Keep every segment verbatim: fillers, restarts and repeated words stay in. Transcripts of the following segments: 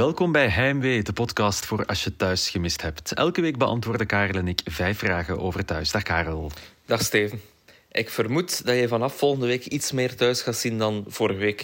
Welkom bij Heimwee, de podcast voor als je thuis gemist hebt. Elke week beantwoorden Karel en ik vijf vragen over thuis. Dag Karel. Dag Steven. Ik vermoed dat je vanaf volgende week iets meer thuis gaat zien dan vorige week.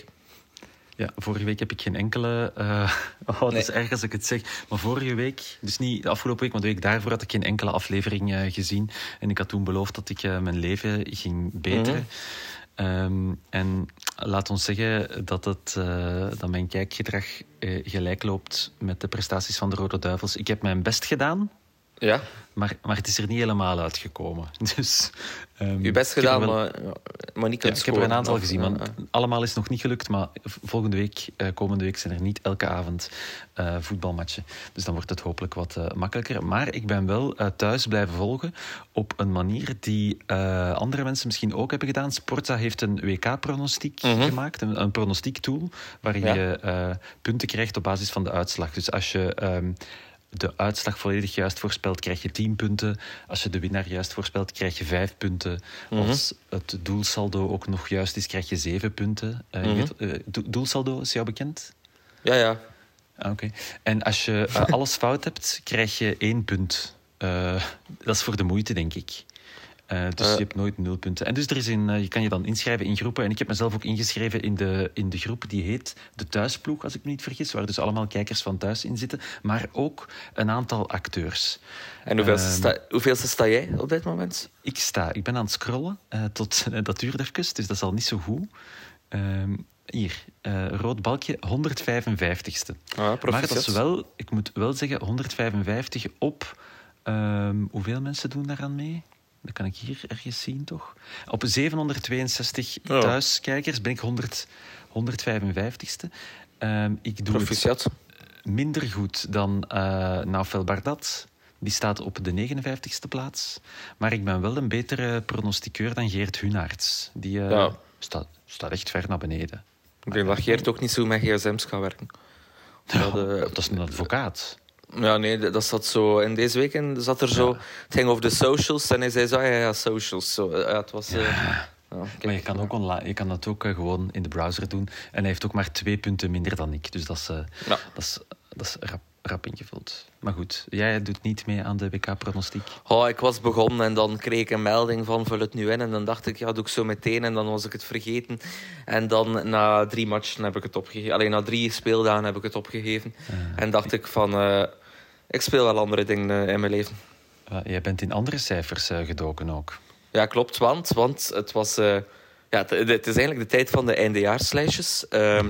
Ja, vorige week heb ik geen enkele... Uh, oh, dat nee. is erg als ik het zeg. Maar vorige week, dus niet de afgelopen week, maar de week daarvoor had ik geen enkele aflevering uh, gezien. En ik had toen beloofd dat ik uh, mijn leven ging beteren. Mm-hmm. Um, en laat ons zeggen dat, het, uh, dat mijn kijkgedrag uh, gelijk loopt met de prestaties van de Rode Duivels. Ik heb mijn best gedaan, ja. maar, maar het is er niet helemaal uitgekomen. Dus, um, Je best gedaan, wel... maar, maar niet kunt ja, ik heb er een aantal of, gezien, uh, maar uh. allemaal is nog niet gelukt. Maar volgende week, uh, komende week, zijn er niet elke avond uh, voetbalmatchen. Dus dan wordt het hopelijk wat uh, makkelijker. Maar ik ben wel uh, thuis blijven volgen op een manier die uh, andere mensen misschien ook hebben gedaan. Sportza heeft een W K-pronostiek mm-hmm. gemaakt, een, een pronostiektool, waar ja. je uh, punten krijgt op basis van de uitslag. Dus als je... Um, de uitslag volledig juist voorspelt, krijg je tien punten. Als je de winnaar juist voorspelt, krijg je vijf punten. Mm-hmm. Als het doelsaldo ook nog juist is, krijg je zeven punten. Uh, mm-hmm. je weet, uh, do- doelsaldo is jou bekend? Ja, ja. Ah, Oké. Okay. En als je uh, alles fout hebt, krijg je één punt. Uh, dat is voor de moeite, denk ik. Uh, dus uh. je hebt nooit nul punten. En dus er is een, uh, je kan je dan inschrijven in groepen. En ik heb mezelf ook ingeschreven in de, in de groep die heet De Thuisploeg, als ik me niet vergis. Waar dus allemaal kijkers van thuis in zitten. Maar ook een aantal acteurs. En hoeveelste, uh, sta, hoeveelste sta jij op dit moment? Ik sta. Ik ben aan het scrollen. Uh, tot, uh, dat duurt even, dus dat is al niet zo goed. Uh, hier, uh, rood balkje, honderdvijfenvijftigste. Ah, maar dat is wel, ik moet wel zeggen, honderdvijfenvijftig op... Uh, hoeveel mensen doen daaraan mee? Dat kan ik hier ergens zien, toch? Op zevenhonderdtweeënzestig oh. thuiskijkers ben ik honderd, honderdvijfenvijftigste. Um, ik doe Proficiat. het minder goed dan uh, Naufel Bardat. Die staat op de negenenvijftigste plaats. Maar ik ben wel een betere pronostiqueur dan Geert Hunaerts. Die uh, ja. staat, staat echt ver naar beneden. Ik denk dat Geert ook niet zo met gsm's gaat werken. Ja, dat, uh, dat is een advocaat. Ja, nee, dat zat zo... En deze week zat er zo... Ja. Het ging over de socials en hij zei zo, ja, ja, socials. Zo, ja, het was... Uh, ja. Ja, maar je kan, ook online, je kan dat ook uh, gewoon in de browser doen. En hij heeft ook maar twee punten minder dan ik. Dus dat is, uh, ja. dat is, dat is rap, rap ingevuld. Maar goed, jij doet niet mee aan de W K-pronostiek? Oh, ik was begonnen en dan kreeg ik een melding van vul het nu in. En dan dacht ik, ja, doe ik zo meteen. En dan was ik het vergeten. En dan na drie matchen heb ik het opgegeven. Alleen na drie speeldagen heb ik het opgegeven. Uh, en dacht ik van... Uh, ik speel wel andere dingen uh, in mijn leven. Uh, jij bent in andere cijfers uh, gedoken ook. Ja, klopt. Want, want het was... Uh, ja, het, het is eigenlijk de tijd van de eindejaarslijstjes. Um, mm-hmm.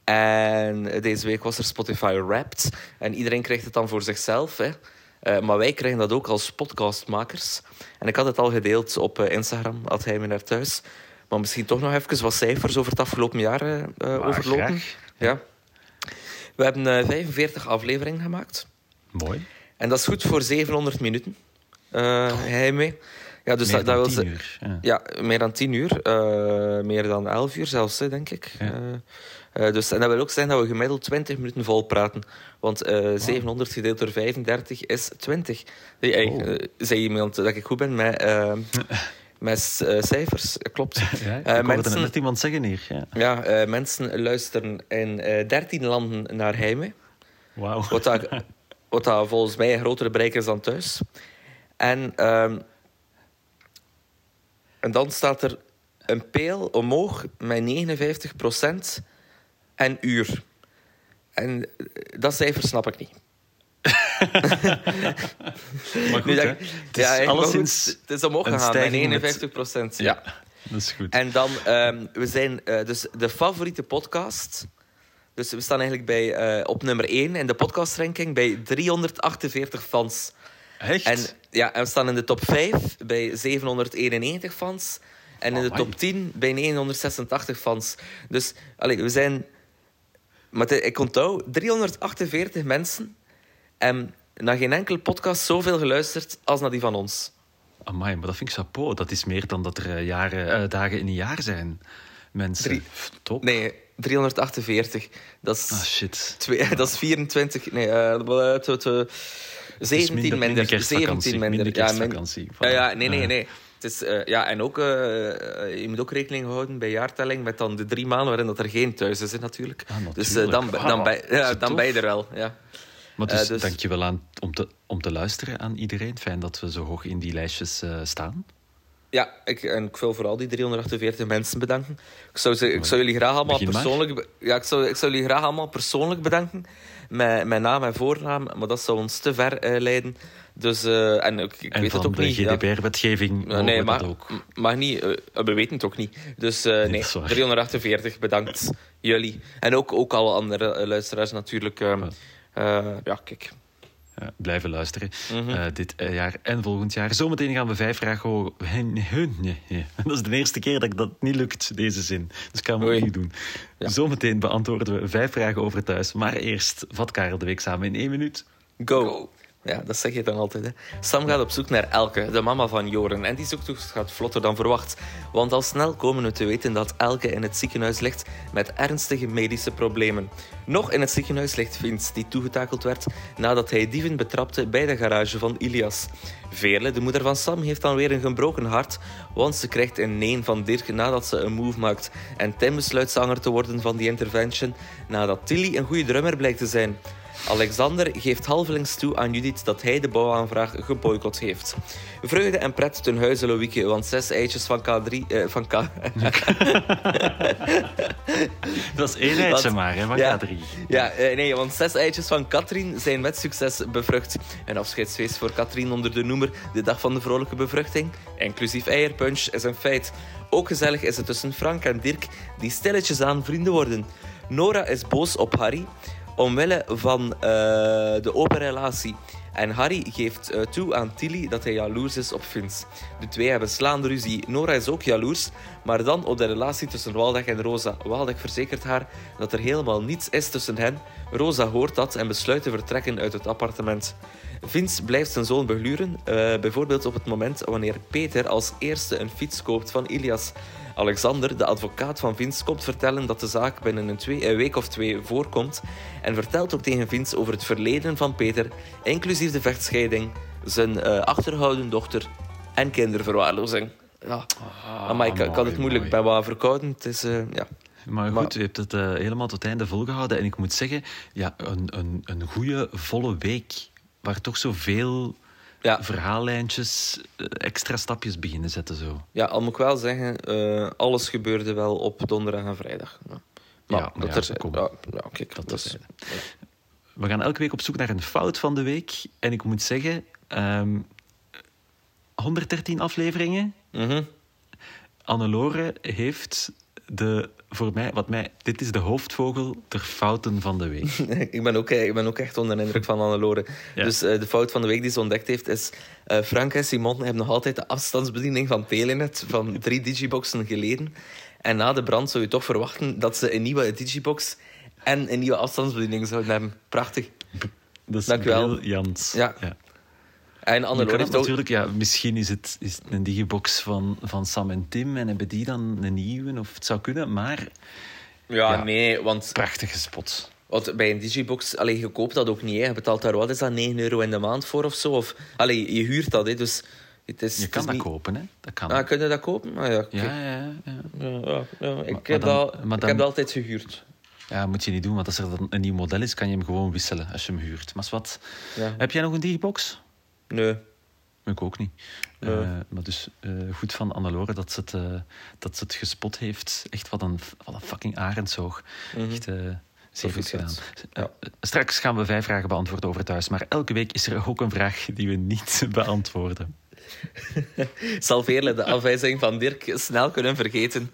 En deze week was er Spotify Wrapped. En iedereen krijgt het dan voor zichzelf. Hè. Uh, maar wij krijgen dat ook als podcastmakers. En ik had het al gedeeld op uh, Instagram, had hij me naar thuis. Maar misschien toch nog even wat cijfers over het afgelopen jaar uh, uh, overlopen. Graag. Ja. We hebben uh, vijfenveertig afleveringen gemaakt. Mooi. En dat is goed voor zevenhonderd minuten. Uh, hij mee. Ja, dus meer dat, dan dat tien was, uur. Ja. ja, meer dan tien uur. Uh, meer dan elf uur zelfs, denk ik. Ja. Uh, uh, dus, en dat wil ook zeggen dat we gemiddeld twintig minuten vol praten. Want uh, wow. zevenhonderd gedeeld door vijfendertig is twintig. Hey, hey, oh. uh, zei iemand dat ik goed ben met, uh, met uh, cijfers. Klopt. Ja, ik uh, mensen, het net iemand zeggen hier. Ja, ja uh, mensen luisteren in uh, dertien landen naar Heimwee. Wauw. Wat, dat, wat dat volgens mij een grotere bereik is dan thuis. En... Um, En dan staat er een pijl omhoog met negenenvijftig procent en uur. En dat cijfer snap ik niet. Maar goed, hè? Het is, ja, alleszins goed, het is omhoog gegaan met negenenvijftig procent. Ja, ja, dat is goed. En dan, um, we zijn uh, dus de favoriete podcast. Dus we staan eigenlijk bij, uh, op nummer één in de podcastranking bij driehonderdachtenveertig fans. Echt? En, ja, en we staan in de top vijf bij zevenhonderdeenennegentig fans. En in de top tien bij negenhonderdzesentachtig fans. Dus allee, we zijn... Maar ik onthoud, driehonderdachtenveertig mensen. En naar geen enkele podcast zoveel geluisterd als naar die van ons. Amai, maar dat vind ik chapeau. Dat is meer dan dat er jaren, uh, dagen in een jaar zijn. Mensen. Drie... Top. Nee, driehonderdachtenveertig. Dat is... Ah, shit. Twee, dat is vierentwintig... Nee, uh, t, t, zeventien minder. minder zeventien minder. Minder kerstvakantie. Ja, min... ja, ja, nee, nee, nee. Het is, uh, ja, en ook, uh, je moet ook rekening houden bij jaartelling met dan de drie maanden waarin dat er geen thuis is, hè, natuurlijk. Ah, natuurlijk. Dus uh, dan, dan, bij, ja, dan ben je er wel. Ja. Maar dus, uh, dus... dank je wel aan, om, te, om te luisteren aan iedereen. Fijn dat we zo hoog in die lijstjes uh, staan. Ja, ik, en ik wil vooral die driehonderdachtenveertig mensen bedanken. Ik zou, ze, ik zou jullie graag allemaal persoonlijk... Ja, ik zou, ik zou jullie graag allemaal persoonlijk bedanken. Met, met naam en voornaam. Maar dat zou ons te ver uh, leiden. Dus, uh, en ik, ik en weet het ook niet. En van de G D P R-wetgeving ja. Nee, maar, dat ook. mag niet. Uh, we weten het ook niet. Dus uh, nee, driehonderdachtenveertig, bedankt. Jullie. En ook, ook alle andere luisteraars natuurlijk. Uh, uh, ja, kijk... Uh, blijven luisteren. Mm-hmm. Uh, dit uh, jaar en volgend jaar. Zometeen gaan we vijf vragen horen. Dat is de eerste keer dat dat niet lukt, deze zin. Dus gaan we het niet doen. Ja. Zometeen beantwoorden we vijf vragen over thuis. Maar eerst, vat Karel de Week samen in één minuut. Go! Go. Ja, dat zeg je dan altijd. Hè. Sam gaat op zoek naar Elke, de mama van Joren. En die zoektocht gaat vlotter dan verwacht. Want al snel komen we te weten dat Elke in het ziekenhuis ligt met ernstige medische problemen. Nog in het ziekenhuis ligt Vince, die toegetakeld werd nadat hij dieven betrapte bij de garage van Ilias. Veerle, de moeder van Sam, heeft dan weer een gebroken hart, want ze krijgt een nee van Dirk nadat ze een move maakt. En Tim besluit zanger te worden van die intervention nadat Tilly een goede drummer blijkt te zijn. Alexander geeft halvelings toe aan Judith dat hij de bouwaanvraag geboycott heeft. Vreugde en pret ten huize Loïke, want zes eitjes van K drie... Eh, van K... dat is één eitje want, maar, hè, van ja, K drie. Ja, eh, nee, want zes eitjes van Katrien zijn met succes bevrucht. Een afscheidsfeest voor Katrien onder de noemer de dag van de vrolijke bevruchting, inclusief eierpunch, is een feit. Ook gezellig is het tussen Frank en Dirk, die stilletjes aan vrienden worden. Nora is boos op Harry omwille van uh, de open relatie. En Harry geeft uh, toe aan Tilly dat hij jaloers is op Vince. De twee hebben slaande ruzie. Nora is ook jaloers, maar dan op de relatie tussen Waldeck en Rosa. Waldeck verzekert haar dat er helemaal niets is tussen hen. Rosa hoort dat en besluit te vertrekken uit het appartement. Vince blijft zijn zoon begluren, uh, bijvoorbeeld op het moment wanneer Peter als eerste een fiets koopt van Ilias. Alexander, de advocaat van Vince, komt vertellen dat de zaak binnen een, twee, een week of twee voorkomt en vertelt ook tegen Vince over het verleden van Peter, inclusief de vechtscheiding, zijn uh, achterhouden dochter en kinderverwaarlozing. Ja, ah, maar ik mooi, kan het moeilijk mooi. bij wat verkouden. Het is, uh, ja. Maar goed, maar, je hebt het uh, helemaal tot het einde volgehouden. En ik moet zeggen, ja, een, een, een goede, volle week waar toch zoveel... Ja. verhaallijntjes, extra stapjes beginnen zetten. Zo. Ja, al moet ik wel zeggen, uh, alles gebeurde wel op donderdag en vrijdag. Ja. Maar ja, dat ja, er, ja, ja, kijk, dat dus, ja. We gaan elke week op zoek naar een fout van de week. En ik moet zeggen, um, honderddertien afleveringen. Mm-hmm. Annelore heeft de... Voor mij, wat mij, dit is de hoofdvogel ter fouten van de week. ik, ben ook, ik ben ook echt onder de indruk van Annelore. Ja. Dus uh, de fout van de week die ze ontdekt heeft is... Uh, Frank en Simon hebben nog altijd de afstandsbediening van Telenet van drie digiboxen geleden. En na de brand zou je toch verwachten dat ze een nieuwe digibox en een nieuwe afstandsbediening zouden hebben. Prachtig. Dat is Dank u wel. briljant. Ja. ja. En Annelore heeft ook... natuurlijk, ja, misschien is het, is het een digibox van, van Sam en Tim en hebben die dan een nieuwe, of het zou kunnen, maar... Ja, ja nee, want... Prachtige spot. Want bij een digibox, allee, je koopt dat ook niet, hè. Je betaalt daar, wat is dat, negen euro in de maand voor of zo? Of, allee, je huurt dat, hè, dus... Het is, je kan het is dat niet... kopen, hè. Dat kan. Ah, kun je dat kopen? Ah, ja, ja, ja, ja, ja. ja, ja. Ik, maar, heb, maar dan, dat, maar ik dan... heb dat altijd gehuurd. Ja, moet je niet doen, want als er dan een nieuw model is, kan je hem gewoon wisselen als je hem huurt. Maar wat? Ja. Heb jij nog een digibox? Nee. Ik ook niet. Nee. Uh, maar dus uh, goed van Annelore dat ze het, uh, dat ze het gespot heeft. Echt wat een, wat een fucking arendsoog. Mm-hmm. Echt uh, zeer goed gedaan. Ja. Uh, straks gaan we vijf vragen beantwoorden over thuis. Maar elke week is er ook een vraag die we niet beantwoorden. Zal Veerle de afwijzing van Dirk snel kunnen vergeten?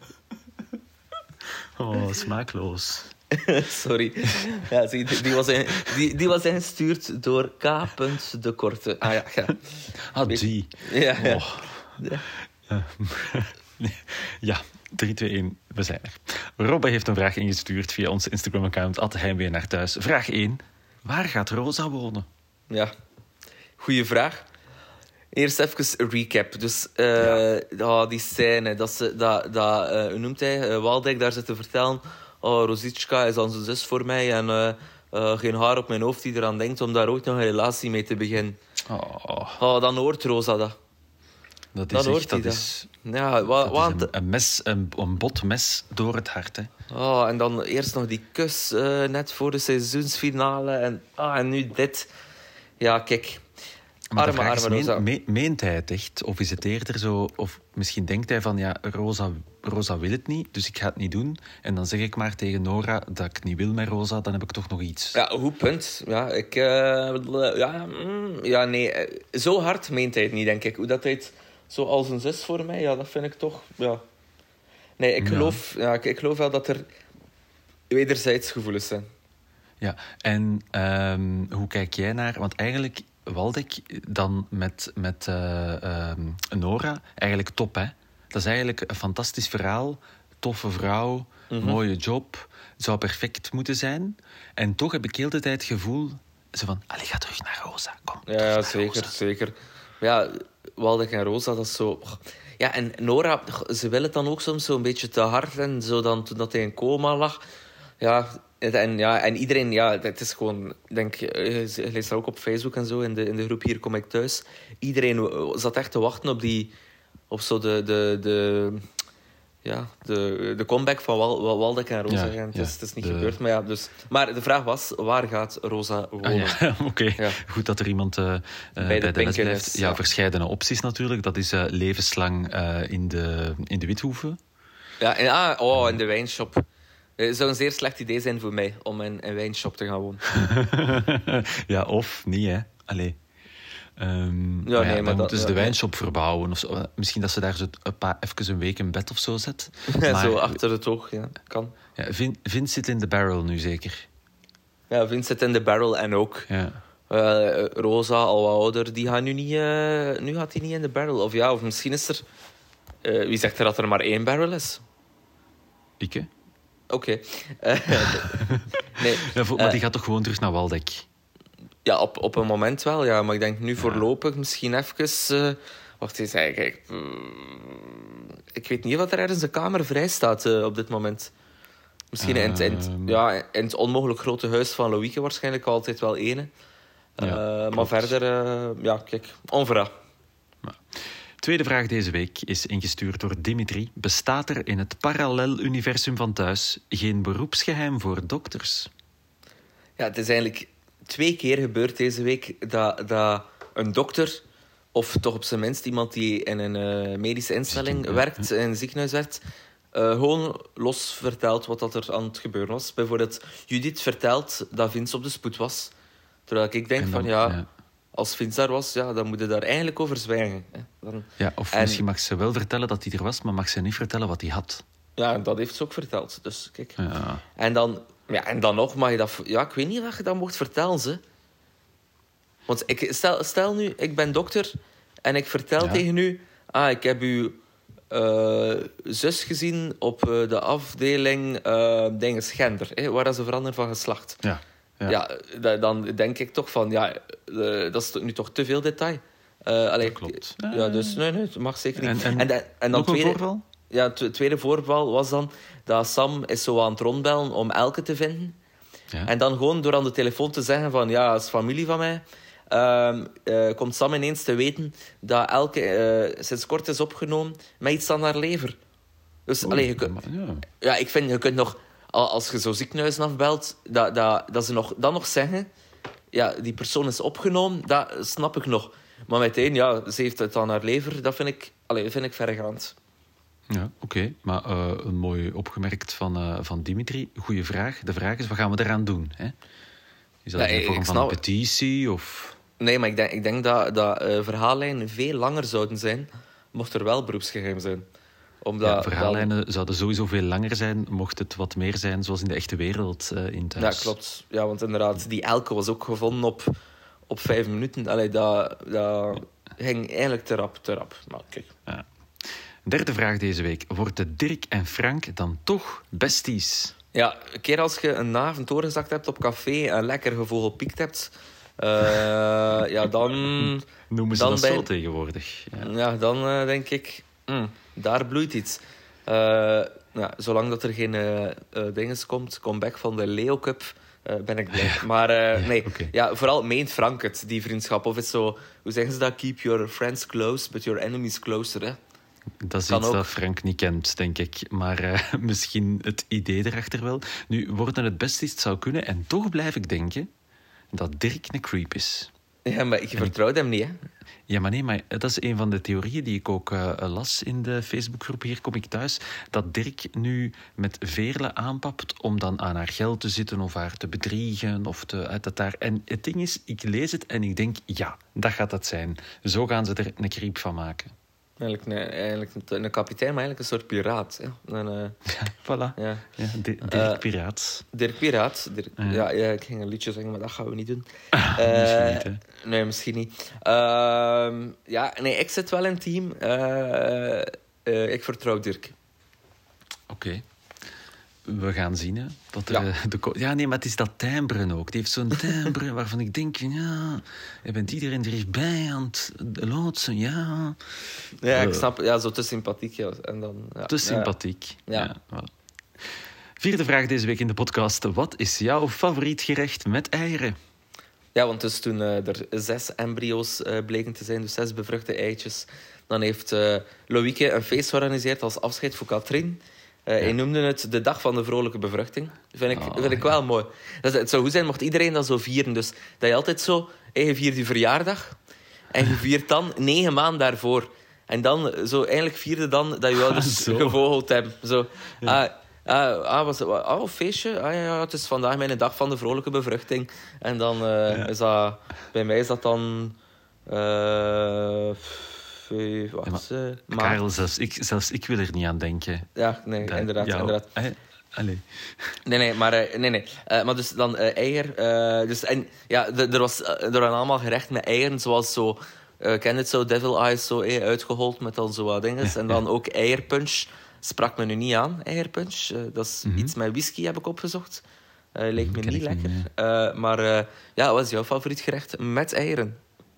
Oh, smaakloos. Sorry. Ja, zie, die, was in, die, die was ingestuurd door K. de Korte. Ah ja, ja. Ah, die. Ja, ja. Oh. Ja. Ja, drie, twee, één, we zijn er. Robbe heeft een vraag ingestuurd via onze Instagram-account at Heimwee naar thuis. Vraag één. Waar gaat Rosa wonen? Ja, goeie vraag. Eerst even een recap. Dus uh, ja. oh, die scène, dat ze, dat, dat, uh, hoe noemt hij, uh, Waldeck daar zit te vertellen... Oh, Rosicka is onze zus voor mij en uh, uh, geen haar op mijn hoofd die eraan denkt om daar ooit nog een relatie mee te beginnen. Oh. Oh, dan hoort Rosa dat. Dat Dan is hoort echt... hij Dat dat. is, Ja, wa, dat wa- is een, een, mes, een, een bot mes door het hart, hè. Oh, en dan eerst nog die kus eh, net voor de seizoensfinale. En, ah, en nu dit. Ja, kijk. Maar de Arme, vraag is, arme Rosa. meen- me- meent hij het echt? Of is het eerder zo... Of misschien denkt hij van, ja, Rosa, Rosa wil het niet, dus ik ga het niet doen. En dan zeg ik maar tegen Nora dat ik niet wil met Rosa, dan heb ik toch nog iets. Ja, goed punt. Ja, ik... eh, ja, mm, ja, nee. eh, Zo hard meent hij het niet, denk ik. Hoe dat hij het zo als een zus voor mij... Ja, dat vind ik toch... Ja. Nee, ik Ja. geloof, ja, ik, ik geloof wel dat er wederzijds gevoelens zijn. Ja, en ehm, hoe kijk jij naar... Want eigenlijk, Waldeck dan met, met eh, ehm, Nora, eigenlijk top, hè? Dat is eigenlijk een fantastisch verhaal. Toffe vrouw, Mhm. mooie job. Zou perfect moeten zijn. En toch heb ik heel de tijd het gevoel... Zo van, allee, ga terug naar Rosa, kom. terug Ja, naar zeker, Rosa. zeker. Maar ja, Waldeck en Rosa, dat is zo... Ja, en Nora, ze wil het dan ook soms zo een beetje te hard. En zo dan, toen dat hij in coma lag... Ja, en, ja, en iedereen... Ja, het is gewoon... Ik denk, je leest dat ook op Facebook en zo, in de, in de groep Hier Kom Ik Thuis. Iedereen zat echt te wachten op die... Op zo de... de, de ja, de, de comeback van Wal, Wal- Waldeck en Rosa. Ja, Ja, het, ja, is, het is niet de- gebeurd, maar ja, dus... Maar de vraag was, waar gaat Rosa wonen? Ah, ja, oké. Ja. Goed dat er iemand eh, eh, de bij de les Pinken blijft. is, Ja, ja. verscheidene opties natuurlijk. Dat is eh, levenslang eh, in, de, in de Withoeven. Ja, en, ah, oh, in de wijnshop. Het zou een zeer slecht idee zijn voor mij om in een wijnshop te gaan wonen. Ja, of niet, hè. Allee. Ehm, maar ja, nee, maar dan dat- moeten ze de ja, wijnshop verbouwen. Of zo. Eh, Misschien dat ze daar zo een paar, even een week in bed of zo zet. Maar, Zo achter het oog, ja, kan. ja, Vin, Vin zit in de barrel nu zeker. Ja, Vince zit in de barrel en ook. Ja. eh, Rosa, al wat ouder, die gaat nu niet... eh, nu gaat hij niet in de barrel. Of ja, of misschien is er... eh, wie zegt er dat er maar één barrel is? Ik, hè? Oké. Eh, nee. Ja, voor- maar Eh, die gaat toch gewoon terug naar Waldeck? Ja, op, op een moment wel, ja. Maar ik denk nu voorlopig misschien even... eh, wacht eens, eigenlijk... ik weet niet of er ergens een kamer vrij staat eh, op dit moment. Misschien in, het- in, het- Ehm. ja, in het onmogelijk grote huis van Loïke waarschijnlijk altijd wel ene. Ja, Eh, maar klopt. verder, eh, ja, kijk, onverra. Tweede vraag deze week is ingestuurd door Dimitri. Bestaat er in het parallel-universum van Thuis geen beroepsgeheim voor dokters? Ja, het is eigenlijk twee keer gebeurd deze week dat, dat een dokter, of toch op zijn minst iemand die in een eh, medische instelling Ziekenhuis, werkt, in een ziekenhuis werkt, eh, gewoon los vertelt wat dat er aan het gebeuren was. Bijvoorbeeld, Judith vertelt dat Vince op de spoed was. Terwijl ik denk En dan- van, ja, ja. als Vince daar was, ja, dan moet je daar eigenlijk over zwijgen. Hè. Dan, Ja, of En- misschien mag ze wel vertellen dat hij er was, maar mag ze niet vertellen wat hij had. ja, dat heeft ze ook verteld. Dus kijk. Ja. En dan, ja, en dan nog mag je dat... Ja, ik weet niet wat je dat mocht vertellen, ze. Want ik, stel, stel nu, ik ben dokter en ik vertel Ja. tegen u... Ah, ik heb uw eh, zus gezien op eh, de afdeling eh dingen gender, hè, waar dat ze veranderen van geslacht. Ja. Ja, Ja. da- dan denk ik toch van... Ja, eh, dat is nu toch te veel detail. Eh allee, Dat klopt. Ja, dus nee, nee, dat mag zeker niet. En- en da- en dan Nog een tweede, voorval? ja, het tweede voorval was dan dat Sam is zo aan het rondbellen om Elke te vinden. Ja. En dan gewoon door aan de telefoon te zeggen van... Ja, dat is familie van mij. Ehm, eh, komt Sam ineens te weten dat Elke eh, sinds kort is opgenomen met iets aan haar lever. Dus, allee, je kunt, Maar ja. ja, ik vind, je kunt nog... al- Als je zo ziekenhuizen afbelt, dat, dat, dat ze nog, dan nog zeggen... Ja, die persoon is opgenomen, dat snap ik nog. Maar meteen, ja, ze heeft het aan haar lever. Dat vind ik, allee, vind ik verregaand. Ja, oké. Maar eh, een mooi opgemerkt van, eh, van Dimitri. Goeie vraag. De vraag is, wat gaan we eraan doen? Hè? Is dat Ja, in de ik- vorm ik van een snap- petitie? Of... Nee, maar ik denk, ik denk dat, dat eh, verhaallijnen veel langer zouden zijn... mocht er wel beroepsgeheim zijn. Omdat, Ja, verhaallijnen zouden sowieso veel langer zijn, mocht het wat meer zijn, zoals in de echte wereld eh, in dan- thuis. Ja, klopt. Ja, want inderdaad, die Elke was ook gevonden op, op vijf minuten. Allee, dat, dat ging eigenlijk te rap, te rap. Maar kijk... Derde vraag deze week. Worden Dirk en Frank dan toch besties? Ja, een keer als je een avond doorgezakt hebt op café en lekker gevogelpiekt hebt... eh, ja, dan... Noemen ze Dan dat bij- zo tegenwoordig? Ja. Ja, dan eh, denk ik... hm, daar bloeit iets. Eh, ja, zolang dat er geen eh eh, dinges komt, comeback van de Leo Cup... uh, ben ik blij. Maar uh, nee, okay. ja, vooral meent Frank het, die vriendschap. Of is zo, hoe zeggen ze dat? Keep your friends close, but your enemies closer. Hè? Dat is kan iets ook. dat Frank niet kent, denk ik. Maar uh, misschien het idee erachter wel. Nu, worden het best is, het zou kunnen. En toch blijf ik denken dat Dirk een creep is. Ja, maar je vertrouwt hem niet, hè? Ja, maar nee, maar dat is een van de theorieën die ik ook uh, las in de Facebookgroep Hier Kom Ik Thuis. Dat Dirk nu met Veerle aanpapt om dan aan haar geld te zitten of haar te bedriegen. Of te, uit het daar. En het ding is, ik lees het en ik denk, ja, dat gaat het zijn. Zo gaan ze er een creep van maken. Eigenlijk een, eigenlijk een kapitein, maar eigenlijk een soort piraat. Hè? Een, uh, ja, voilà. Ja. Ja, Dirk uh, Piraat. Dirk Piraat. Dirk, uh. ja, ja, ik ging een liedje zingen, maar dat gaan we niet doen. Uh, uh, misschien niet, hè? Nee, misschien niet. Uh, ja, nee, ik zit wel in het team. Uh, uh, ik vertrouw Dirk. Oké. Okay. We gaan zien, hè. Dat er, ja. De, ja, nee, maar het is dat timbre ook. Die heeft zo'n timbre waarvan ik denk, ja, je bent iedereen er is bij aan het loodsen, ja. Ja, ik snap. Ja, zo te sympathiek. Ja. En dan, ja. Te sympathiek. Ja. Ja. Ja, voilà. Vierde vraag deze week in de podcast. Wat is jouw favoriet gerecht met eieren? Ja, want dus toen uh, er zes embryo's uh, bleken te zijn, dus zes bevruchte eitjes, dan heeft uh, Loïke een feest georganiseerd als afscheid voor Katrien. Uh, ja. Hij noemde het de dag van de vrolijke bevruchting. Dat vind ik, oh, vind ik ja. wel mooi. Dat, het zou goed zijn mocht iedereen dat zo vieren. Dus dat je altijd zo... Hey, je viert je verjaardag en je viert dan negen maanden daarvoor. En dan zo eigenlijk vierde dan dat je ouders ah, gevogeld hebben. Zo, ja. ah, ah, ah, was het, oh, een feestje? Ah, ja, ja, het is vandaag mijn dag van de vrolijke bevruchting. En dan uh, ja. is dat... Bij mij is dat dan... Uh, Wacht, ja, maar, Karel, zelfs ik, zelfs ik wil er niet aan denken. Ja, nee, dat, inderdaad. Ja, inderdaad. Eh, allee. Nee, nee, maar, uh, nee, nee. Uh, maar dus dan uh, eier. Uh, dus, en, ja, d- er, was, uh, er waren allemaal gerechten met eieren, zoals zo... Uh, ken het zo, devil eyes, zo eh, uitgehold met al zo wat dingen. Ja, en dan ja. ook eierpunch. Sprak me nu niet aan, eierpunch. Uh, dat is mm-hmm. iets met whisky, heb ik opgezocht. Uh, leek me mm, niet lekker. Niet, uh, maar uh, ja, wat is jouw favoriet gerecht met eieren?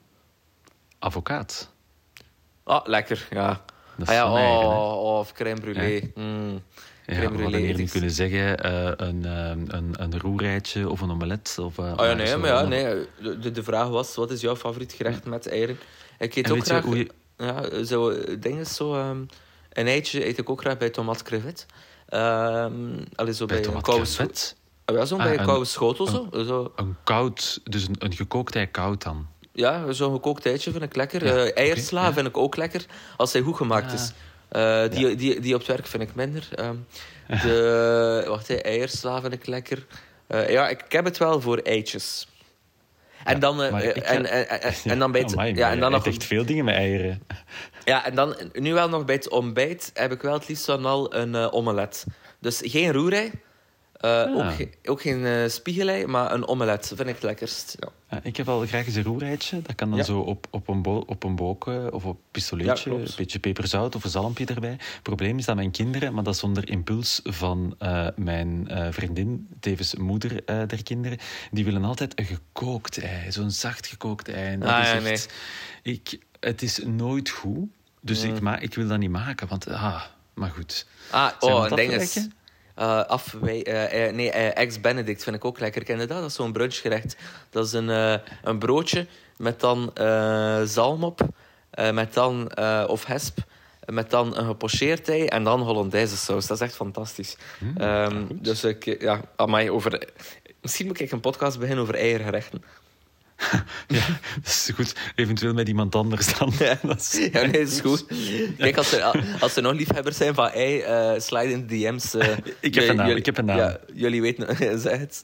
Advocaat. Ah, lekker, ja. Dat ah, ja, oh, eigen, oh, of crème brûlée. Ja. Mm, crème ja, brûlée. We hadden kunnen zeggen uh, een, een, een roerijtje of een omelet. Of, uh, oh ja, nee, maar ja, nee. De, de vraag was, wat is jouw favoriet gerecht ja. met eieren? Ik eet en ook graag... Je, je... Ja, zo dingen zo... Um, een eitje eet ik ook graag bij tomaat crevet. Um, allee, zo bij, bij een koude crevet? Oh, ja, zo ah, bij een, een koude schotel. Zo. Een, zo. een koud... Dus een, een gekookt ei koud dan? Ja, zo'n gekookt eitje vind ik lekker. Ja, uh, eiersla okay, ja. vind ik ook lekker, als hij goed gemaakt ja. is. Uh, die, ja. die, die op het werk vind ik minder. Um, de wacht, hey, eiersla vind ik lekker. Uh, ja, ik, ik heb het wel voor eitjes. En ja, dan, uh, ik, en, en, en, en dan bij het... Amai, ja, en dan nog echt veel dingen met eieren. Ja, en dan nu wel nog bij het ontbijt heb ik wel het liefst van al een uh, omelet. Dus geen roerei. Uh, ja. ook, ge- ook geen uh, spiegelei, maar een omelet vind ik het lekkerst. Ja. Ja, ik heb wel graag eens een roerijtje. Dat kan dan ja. zo op, op, een bo- op een book uh, of op een pistoletje, ja, een beetje peperzout of een zalmpje erbij. Het probleem is dat mijn kinderen, maar dat is onder impuls van uh, mijn uh, vriendin, tevens moeder uh, der kinderen, die willen altijd een gekookt ei, zo'n zacht gekookt ei. En dat ah, is ja, echt, nee. ik, het is nooit goed, dus mm. ik, ma- ik wil dat niet maken, want ah, maar goed. Ah, oh, een ding is... Uh, af, wij, uh, uh, nee, uh, ex-Benedict vind ik ook lekker. Ken je dat? Dat is zo'n brunchgerecht. Dat is een, uh, een broodje met dan uh, zalm op, uh, met dan, uh, of hesp, met dan een gepocheerd ei en dan Hollandaise saus. Dat is echt fantastisch. Mm, um, dus ik, ja, amai, over... Misschien moet ik een podcast beginnen over eiergerechten. Ja, dat is goed. Eventueel met iemand anders dan. Ja, dat is, ja nee, dat is goed. Kijk, als er, als er nog liefhebbers zijn van ei, uh, slide in de D M's. Uh, ik, heb een naam, jullie, ik heb een naam. Ja, jullie weten... zeg het.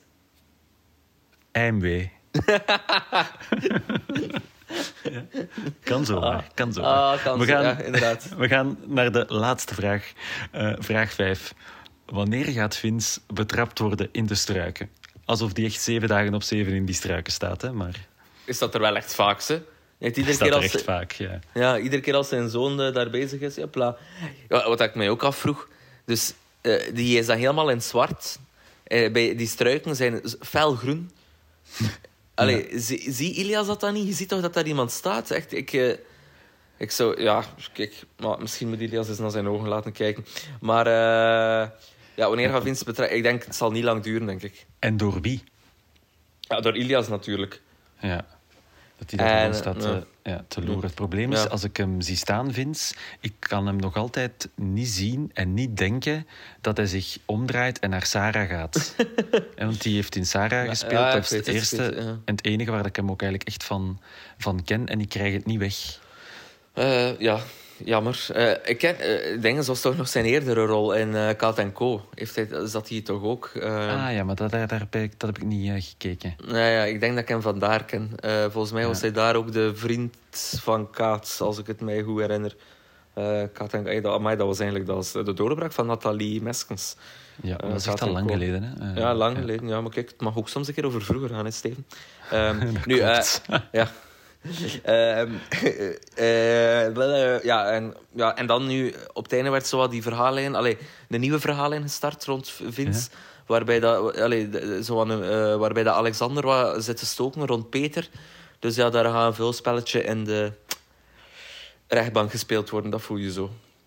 I M W. Ja. Kan zo, ah. kan zo. Ah, kan we, zo, gaan, ja, inderdaad. we gaan naar de laatste vraag. Uh, vraag vijf. Wanneer gaat Vince betrapt worden in de struiken? Alsof die echt zeven dagen op zeven in die struiken staat, hè? Maar... Is dat er wel echt vaak, hè? Heeft iedere keer als echt ze... vaak, ja. Ja, iedere keer als zijn zoon uh, daar bezig is. Ja, wat ik mij ook afvroeg. Dus uh, die is dan helemaal in zwart. Uh, bij die struiken zijn felgroen. Allee, ja. zie, zie Ilias dat dan niet? Je ziet toch dat daar iemand staat? Echt, ik... Uh, ik zou... Ja, kijk. Maar misschien moet Ilias eens naar zijn ogen laten kijken. Maar... Uh, ja, wanneer gaat Vince betrappen? Ik denk, het zal niet lang duren, denk ik. En door wie? Ja, door Ilias natuurlijk. Ja. Dat hij daar En, gewoon staat ja. uh, ja, te loeren. Het probleem is, Ja. als ik hem zie staan, Vince, ik kan hem nog altijd niet zien en niet denken dat hij zich omdraait en naar Sarah gaat. En want die heeft in Sarah Ja, gespeeld. ja, dat is ik het weet het, eerste ik weet het, ja. en het enige waar ik hem ook eigenlijk echt van, van ken. En ik krijg het niet weg. Uh, ja, jammer. Uh, ik ken, uh, ik denk, dat was toch nog zijn eerdere rol in uh, Kat en Co. Heeft hij, zat hij toch ook? Uh... Ah ja, maar dat, daar, daar heb ik, dat heb ik niet uh, gekeken. Ja, ja, ik denk dat ik hem vandaar ken. Uh, volgens mij was ja. hij daar ook de vriend van Kaat, als ik het mij goed herinner. Uh, Kaat en, uh, dat, amai, dat was eigenlijk dat was de doorbraak van Nathalie Meskens. Ja, dat is echt al lang geleden. Hè? Uh, ja, lang ja. geleden. Ja, maar kijk, het mag ook soms een keer over vroeger gaan, hè, Steven. Um, nu, uh, ja... Um, uh, uh, ja, en, ja, en dan nu, op het einde werd zo wat die verhaallijn, allee, de nieuwe verhaallijn gestart rond Vince, ja. waarbij, dat, allee, zo wat, uh, waarbij dat Alexander wat zit te stoken rond Peter. Dus ja, daar gaat een vulspelletje in de rechtbank gespeeld worden, dat voel je zo.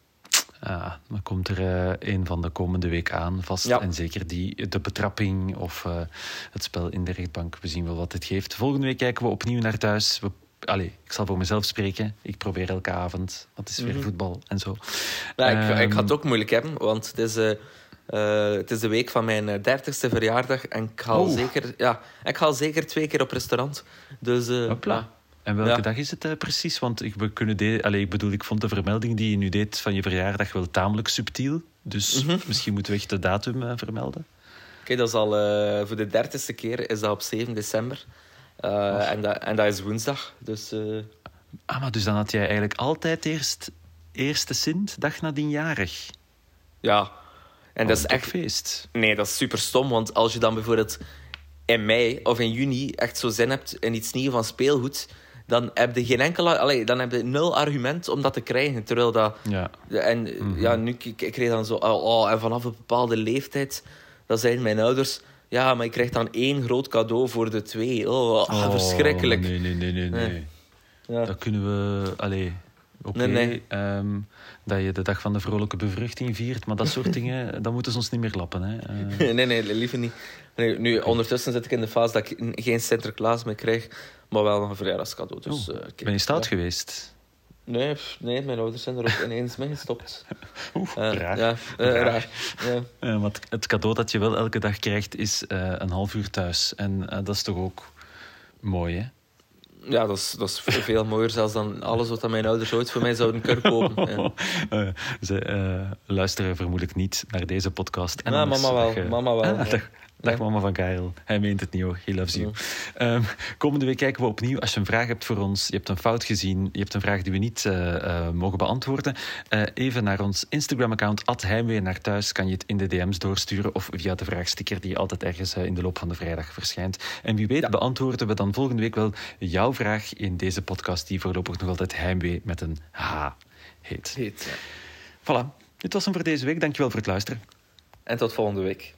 Ah, dan komt er uh, een van de komende week aan, vast. Ja. En zeker die, de betrapping of uh, het spel in de rechtbank. We zien wel wat het geeft. Volgende week kijken we opnieuw naar thuis. We Allee, ik zal voor mezelf spreken. Ik probeer elke avond. Want het is weer mm-hmm. voetbal en zo. Ja, ik, um, ik ga het ook moeilijk hebben, want het is, uh, uh, het is de week van mijn dertigste verjaardag. En ik ga, oh. zeker, ja, ik ga zeker twee keer op restaurant. Dus, uh, ja. En welke ja. dag is het uh, precies? Want ik, we kunnen de, allee, ik bedoel, ik vond de vermelding die je nu deed van je verjaardag wel tamelijk subtiel. Dus mm-hmm. misschien moeten we echt de datum uh, vermelden. Oké, okay, dat is al uh, voor de dertigste keer is dat op zeven december. Uh, en, dat, en dat is woensdag. Dus, uh... Ah, maar dus dan had jij eigenlijk altijd eerst eerste Sint, dag nadien jarig. Ja. En oh, dat is echt feest. Nee, dat is super stom. Want als je dan bijvoorbeeld in mei of in juni echt zo zin hebt in iets nieuws van speelgoed, dan heb je geen enkele, allee, dan heb je nul argument om dat te krijgen. Terwijl dat... Ja. En mm-hmm. ja, nu ik, ik kreeg dan zo... Oh, en vanaf een bepaalde leeftijd, dan zijn mijn ouders... Ja, maar je krijgt dan één groot cadeau voor de twee. Oh, oh verschrikkelijk. Nee, nee, nee, nee. nee. nee. Ja. Dat kunnen we... Allee, oké. Okay, nee, nee. um, dat je de dag van de vrolijke bevruchting viert, maar dat soort dingen, dat moeten ze ons niet meer lappen. Hè. Uh... nee, nee, liever niet. Nee, nu, ondertussen zit ik in de fase dat ik geen Sinterklaas meer krijg, maar wel nog een verjaardagscadeau. Dus, oh, uh, kijk, ben je stout ja. geweest? Nee, nee, mijn ouders zijn er ook ineens mee gestopt. Oeh, uh, raar. Ja, uh, raar. raar. Ja. Uh, want het cadeau dat je wel elke dag krijgt, is uh, een half uur thuis. En uh, dat is toch ook mooi, hè? Ja, dat is, dat is veel mooier zelfs dan alles wat mijn ouders ooit voor mij zouden kunnen kopen. Ja. Uh, ze uh, luisteren vermoedelijk niet naar deze podcast. En ja, mama wel. Uh, mama wel. Ah, dag, dag ja. Mama van Karel. Hij meent het niet hoor. He loves you. Ja. Um, komende week kijken we opnieuw. Als je een vraag hebt voor ons, je hebt een fout gezien, je hebt een vraag die we niet uh, uh, mogen beantwoorden, uh, even naar ons Instagram-account at heimwee naar thuis kan je het in de D M's doorsturen of via de vraagsticker die altijd ergens uh, in de loop van de vrijdag verschijnt. En wie weet ja. beantwoorden we dan volgende week wel jouw vraag in deze podcast die voorlopig nog altijd Heimwee met een H heet. heet ja. Voilà. Dit was hem voor deze week. Dankjewel voor het luisteren. En tot volgende week.